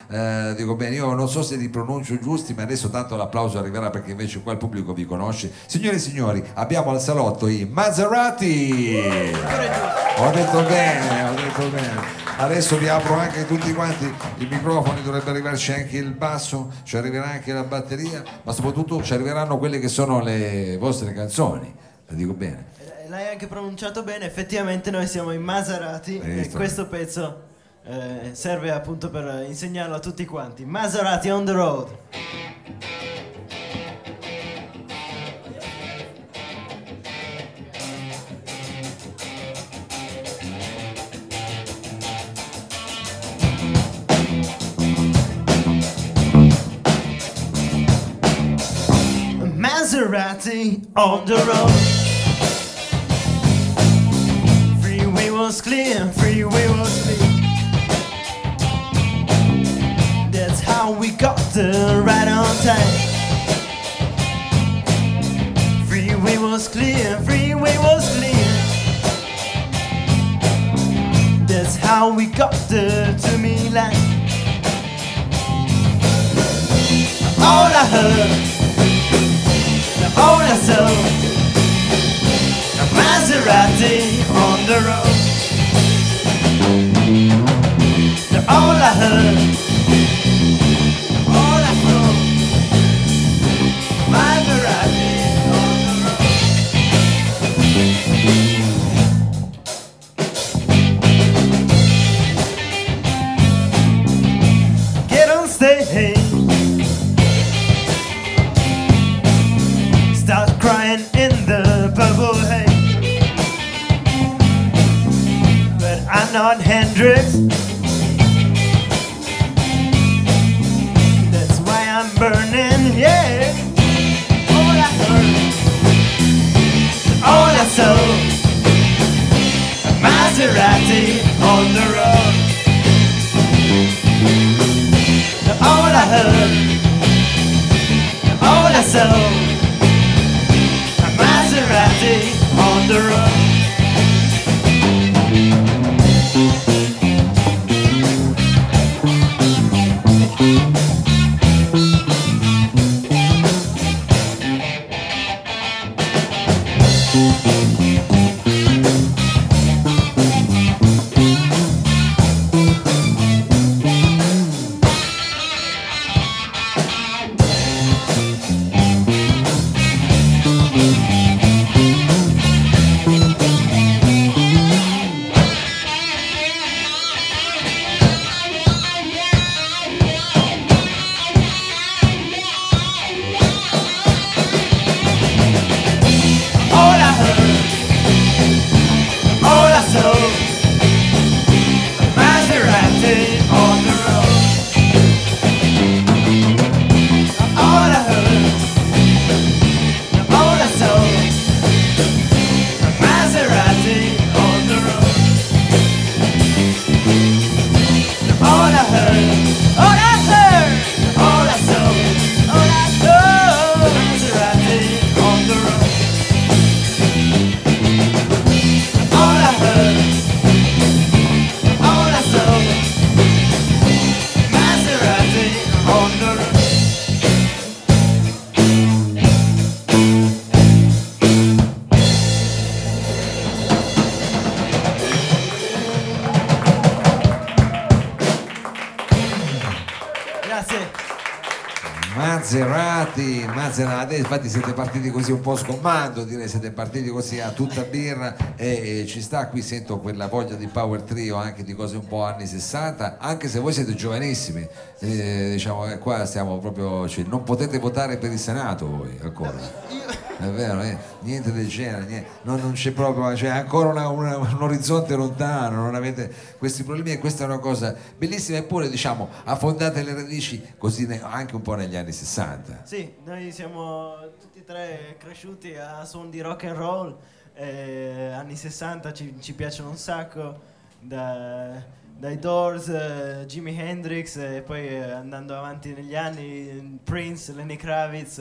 dico bene, io non so se li pronuncio giusti, ma adesso tanto l'applauso arriverà perché invece qua il pubblico vi conosce. Signore e signori, abbiamo al salotto i Mazarati. Ho detto bene, ho detto bene. Adesso vi apro anche tutti quanti i microfoni, dovrebbe arrivarci anche il basso, ci arriverà anche la batteria, ma soprattutto ci arriveranno quelle che sono le vostre canzoni, la dico bene. L'hai anche pronunciato bene, effettivamente noi siamo i Mazarati e questo pezzo serve appunto per insegnarlo a tutti quanti. Mazarati on the road. Maserati on the road. Freeway was clear, freeway was clear. That's how we got there right on time. Freeway was clear, freeway was clear. That's how we got there to Milan. All I heard, all I saw, a Maserati on the road. All I heard, all I saw, Maserati on the road. Get on stage. Start crying in the purple haze. But I'm not Hendrix. That's why I'm burning, yeah. All I heard, all I saw, a Maserati on the road. All I heard, all I saw, Maserati on the road. Maserati, infatti siete partiti così un po' sgommando, direi siete partiti così a tutta birra e ci sta, qui sento quella voglia di power trio anche di cose un po' anni 60, anche se voi siete giovanissimi, diciamo che qua stiamo proprio, cioè, non potete votare per il Senato voi ancora. È vero, niente del genere, niente. Non c'è proprio, c'è ancora un orizzonte lontano, non avete questi problemi e questa è una cosa bellissima, eppure diciamo affondate le radici così anche un po' negli anni 60. Sì, noi siamo tutti e tre cresciuti a suon di rock and roll, anni 60 ci piacciono un sacco, dai Doors, Jimi Hendrix e poi andando avanti negli anni Prince, Lenny Kravitz,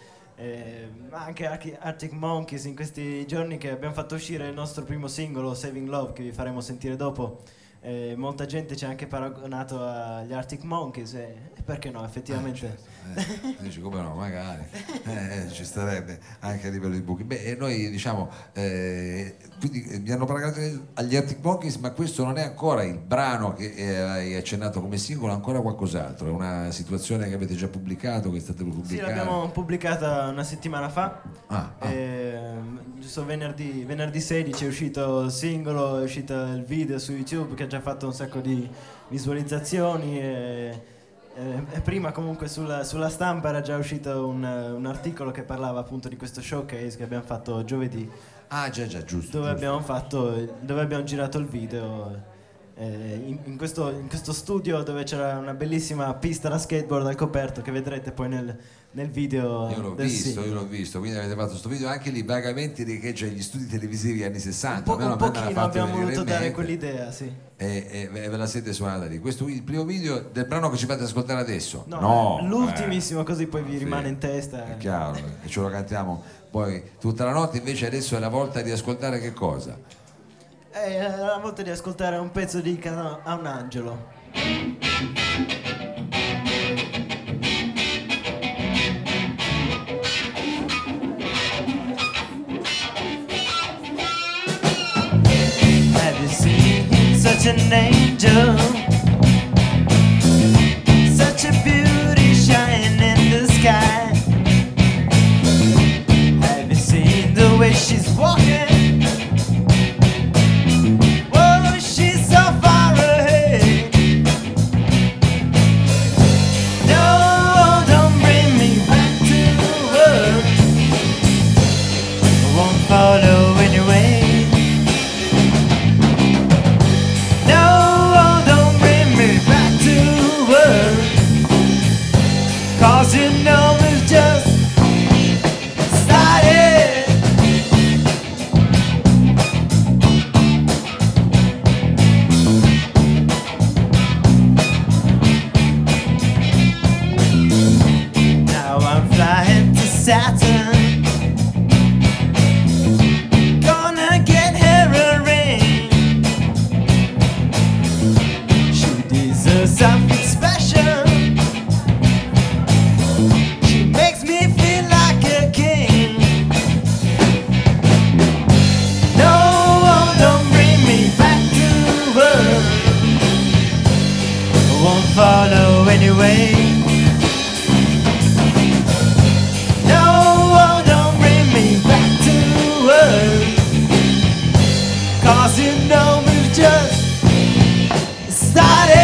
ma anche Arctic Monkeys. In questi giorni che abbiamo fatto uscire il nostro primo singolo Saving Love, che vi faremo sentire dopo, molta gente ci ha anche paragonato agli Arctic Monkeys e perché no, effettivamente. Certo. Dici come no, magari ci starebbe anche a livello di buchi. Beh, e noi diciamo quindi mi hanno paragonato agli Arctic Monkeys, ma questo non è ancora il brano che hai accennato come singolo, ancora qualcos'altro, è una situazione che avete già pubblicato, che state pubblicando? Sì, l'abbiamo pubblicata una settimana fa. Giusto venerdì 16 è uscito il singolo, è uscito il video su YouTube che ha già fatto un sacco di visualizzazioni e prima comunque sulla stampa era già uscito un articolo che parlava appunto di questo showcase che abbiamo fatto giovedì. Ah già, giusto. Dove abbiamo girato il video in questo studio dove c'era una bellissima pista da skateboard al coperto che vedrete poi nel video. Io l'ho visto, quindi avete fatto questo video anche lì vagamente riecheggia gli studi televisivi anni 60. Un pochino abbiamo voluto dare quell'idea, sì. E ve la siete suonata lì. Questo il primo video del brano che ci fate ascoltare adesso? No, l'ultimissimo, così poi vi rimane in testa. È chiaro, e ce lo cantiamo poi tutta la notte. Invece adesso è la volta di ascoltare che cosa? È la volta di ascoltare un pezzo di Cano a un angelo. Have you seen such an angel? Such a beauty shining in the sky. Have you seen the way she's walking? Follow anyway. No, don't bring me back to earth, 'cause you know we've just started. Now I'm flying to Saturn. Something special. She makes me feel like a king. No, don't bring me back to her. I won't follow anyway. No, don't bring me back to her, 'cause you know we've just started.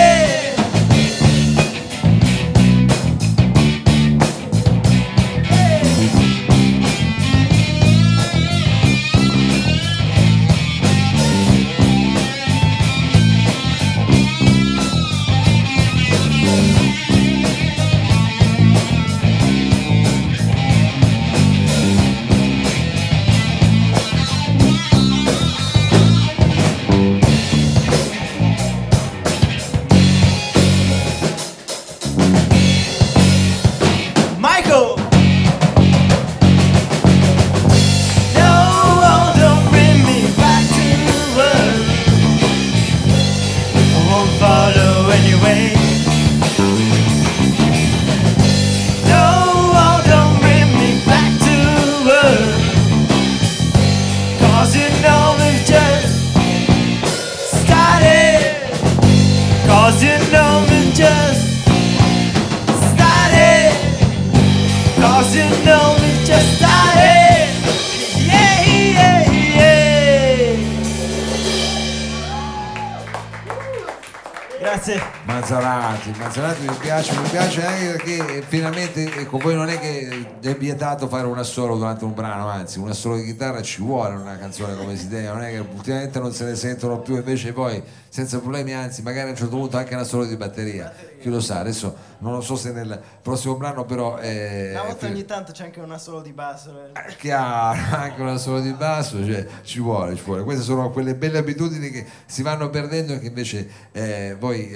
Mazzarati mi piace anche perché finalmente con voi non è che è vietato fare un assolo durante un brano, anzi un assolo di chitarra ci vuole in una canzone come si deve, non è che ultimamente non se ne sentono più, invece poi senza problemi, anzi magari a un certo punto anche un assolo di batteria, chi lo sa, adesso non lo so se nel prossimo brano però una volta ogni tanto c'è anche un assolo di basso, chiaro, anche un assolo di basso, cioè ci vuole, queste sono quelle belle abitudini che si vanno perdendo e che invece voi come dire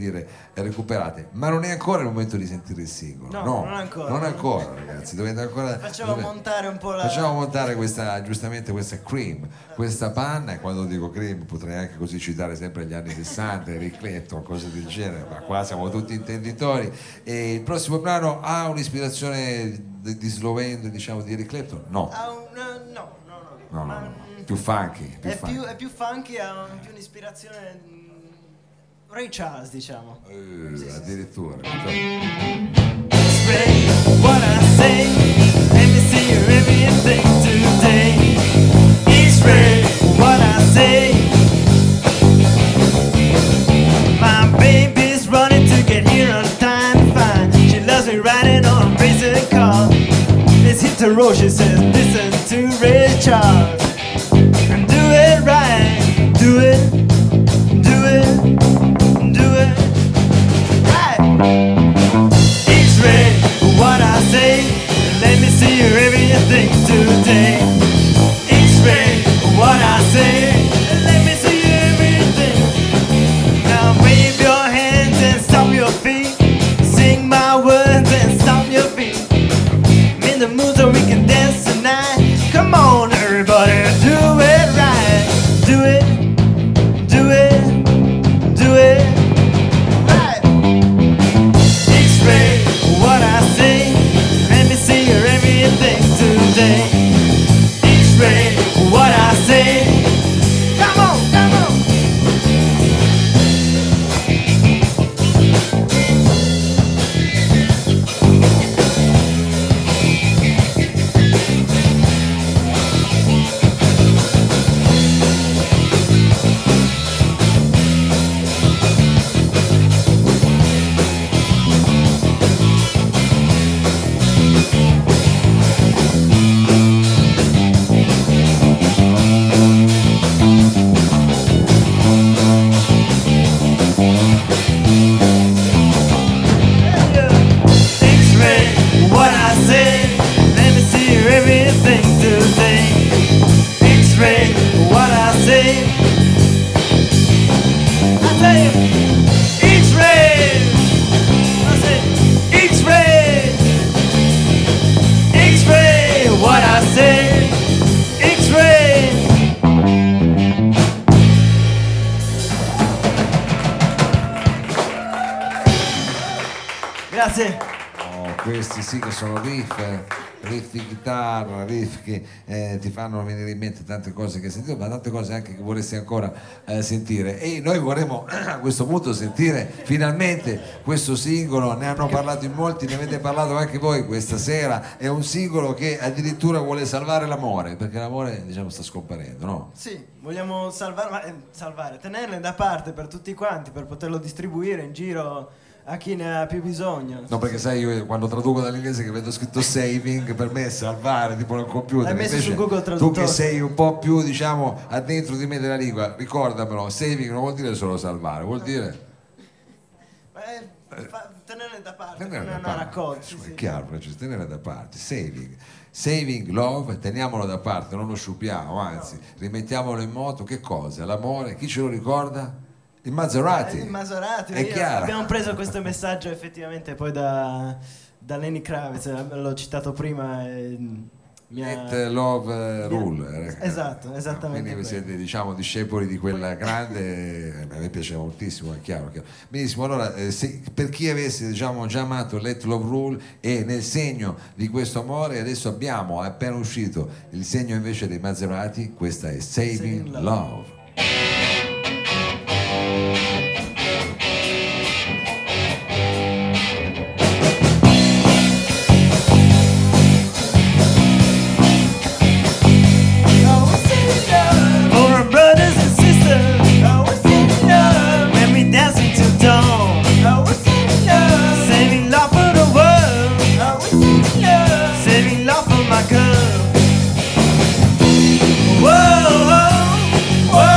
dire, recuperate. Ma non è ancora il momento di sentire il singolo. No, non ancora. Non ancora, ragazzi. Dovete ancora. Montare un po' la. Facciamo montare questa, giustamente questa cream, questa panna, e quando dico cream potrei anche così citare sempre gli anni 60, Eric Clapton, cose del genere, ma qua siamo tutti intenditori. E il prossimo brano ha un'ispirazione di sloveno, diciamo, di Eric Clapton? No. No. Più funky. È più funky, ha più un'ispirazione Ray Charles, diciamo. Addirittura. Ray, what I say, let me see everything today. It's Ray, what I say. My baby's running to get here on time, fine. She loves me riding on a racing car. Let's hit the road, she says, listen to Ray Charles. And do it right, do it right. X-ray, what I say, let me see your everything today. X-ray, what I say, let me see your everything. Now wave your hands and stomp your feet. Sing my words and stomp your feet. I'm in the mood so we can dance tonight. Come on everybody, do it right. Do it right. X-ray, what I say, let me see your everything today. X-ray, what I say, come on. X-ray, what I say, let me see your everything today. X-ray, what I say, I tell you, X-ray, I say, X-ray, X-ray, what I say, X-ray. Grazie. Questi sì che sono riff di chitarra, riff che ti fanno venire in mente tante cose che hai sentito, ma tante cose anche che vorresti ancora sentire. E noi vorremmo a questo punto sentire finalmente questo singolo. Ne hanno parlato in molti, ne avete parlato anche voi questa sera. È un singolo che addirittura vuole salvare l'amore, perché l'amore, diciamo, sta scomparendo, no? Sì, vogliamo salvare, tenerle da parte per tutti quanti, per poterlo distribuire in giro a chi ne ha più bisogno. No, perché sai, io quando traduco dall'inglese che vedo scritto saving, per me è salvare, tipo nel computer. L'hai messo invece, su Google tu Traduttore. che sei un po' più, diciamo, addentro di me della lingua, ricordamelo, saving non vuol dire solo salvare, vuol dire tenerle da parte, tenere non da è una parte. raccolta. È Sì. chiaro, Francesco, tenere da parte, saving love, teniamolo da parte, non lo sciupiamo, anzi, rimettiamolo in moto. Che cosa? L'amore, chi ce lo ricorda? Il Maserati. Il Maserati, è chiaro. Abbiamo preso questo messaggio effettivamente poi da Lenny Kravitz, l'ho citato prima. Let love rule. Esatto, esattamente. Quindi voi siete, diciamo, discepoli di quella grande, a me piaceva moltissimo, è chiaro. Benissimo, allora per chi avesse, diciamo, già amato Let Love Rule, e nel segno di questo amore adesso abbiamo appena uscito il segno invece dei Maserati, questa è Saving Love. Saving love for my girl. Whoa, whoa, whoa.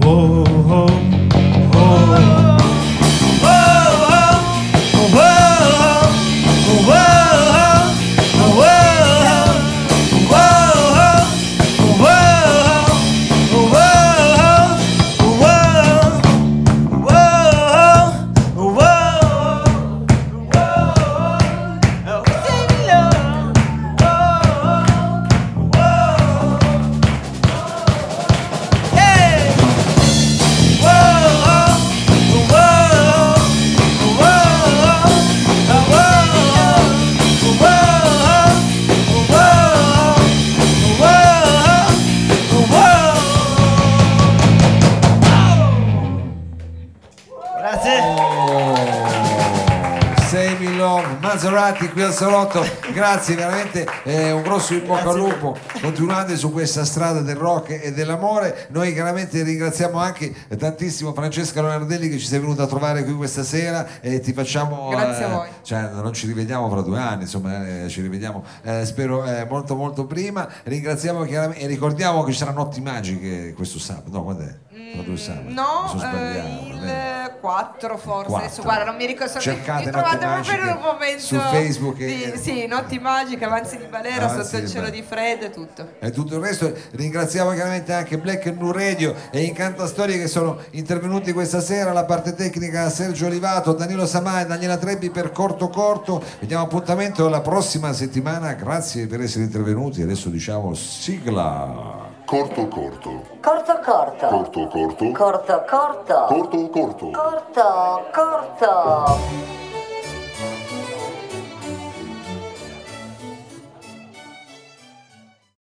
Maserati qui al salotto, grazie veramente, un grosso in bocca al lupo, continuate su questa strada del rock e dell'amore. Noi chiaramente ringraziamo anche tantissimo Francesca Leonardelli che ci sei venuta a trovare qui questa sera e ti facciamo grazie a voi. Cioè, non ci rivediamo fra 2 anni, insomma, ci rivediamo spero molto molto prima. Ringraziamo chiaramente e ricordiamo che ci saranno Notti Magiche questo sabato. No, quando è? No, il 4 forse. 4. Adesso guarda, non mi ricordo. Cercate mi trovate Notti proprio in un momento su Facebook sì, Notti Magiche, Avanzi di Valero, Sotto il cielo di Fred e tutto. E tutto il resto. Ringraziamo chiaramente anche Black New Radio e Incanta Storie che sono intervenuti questa sera, la parte tecnica Sergio Olivato, Danilo Samà e Daniela Trebbi per Corto Corto. Vediamo appuntamento la prossima settimana, grazie per essere intervenuti. Adesso diciamo sigla. Corto corto. Corto corto. Corto corto. Corto corto. Corto corto. Corto corto.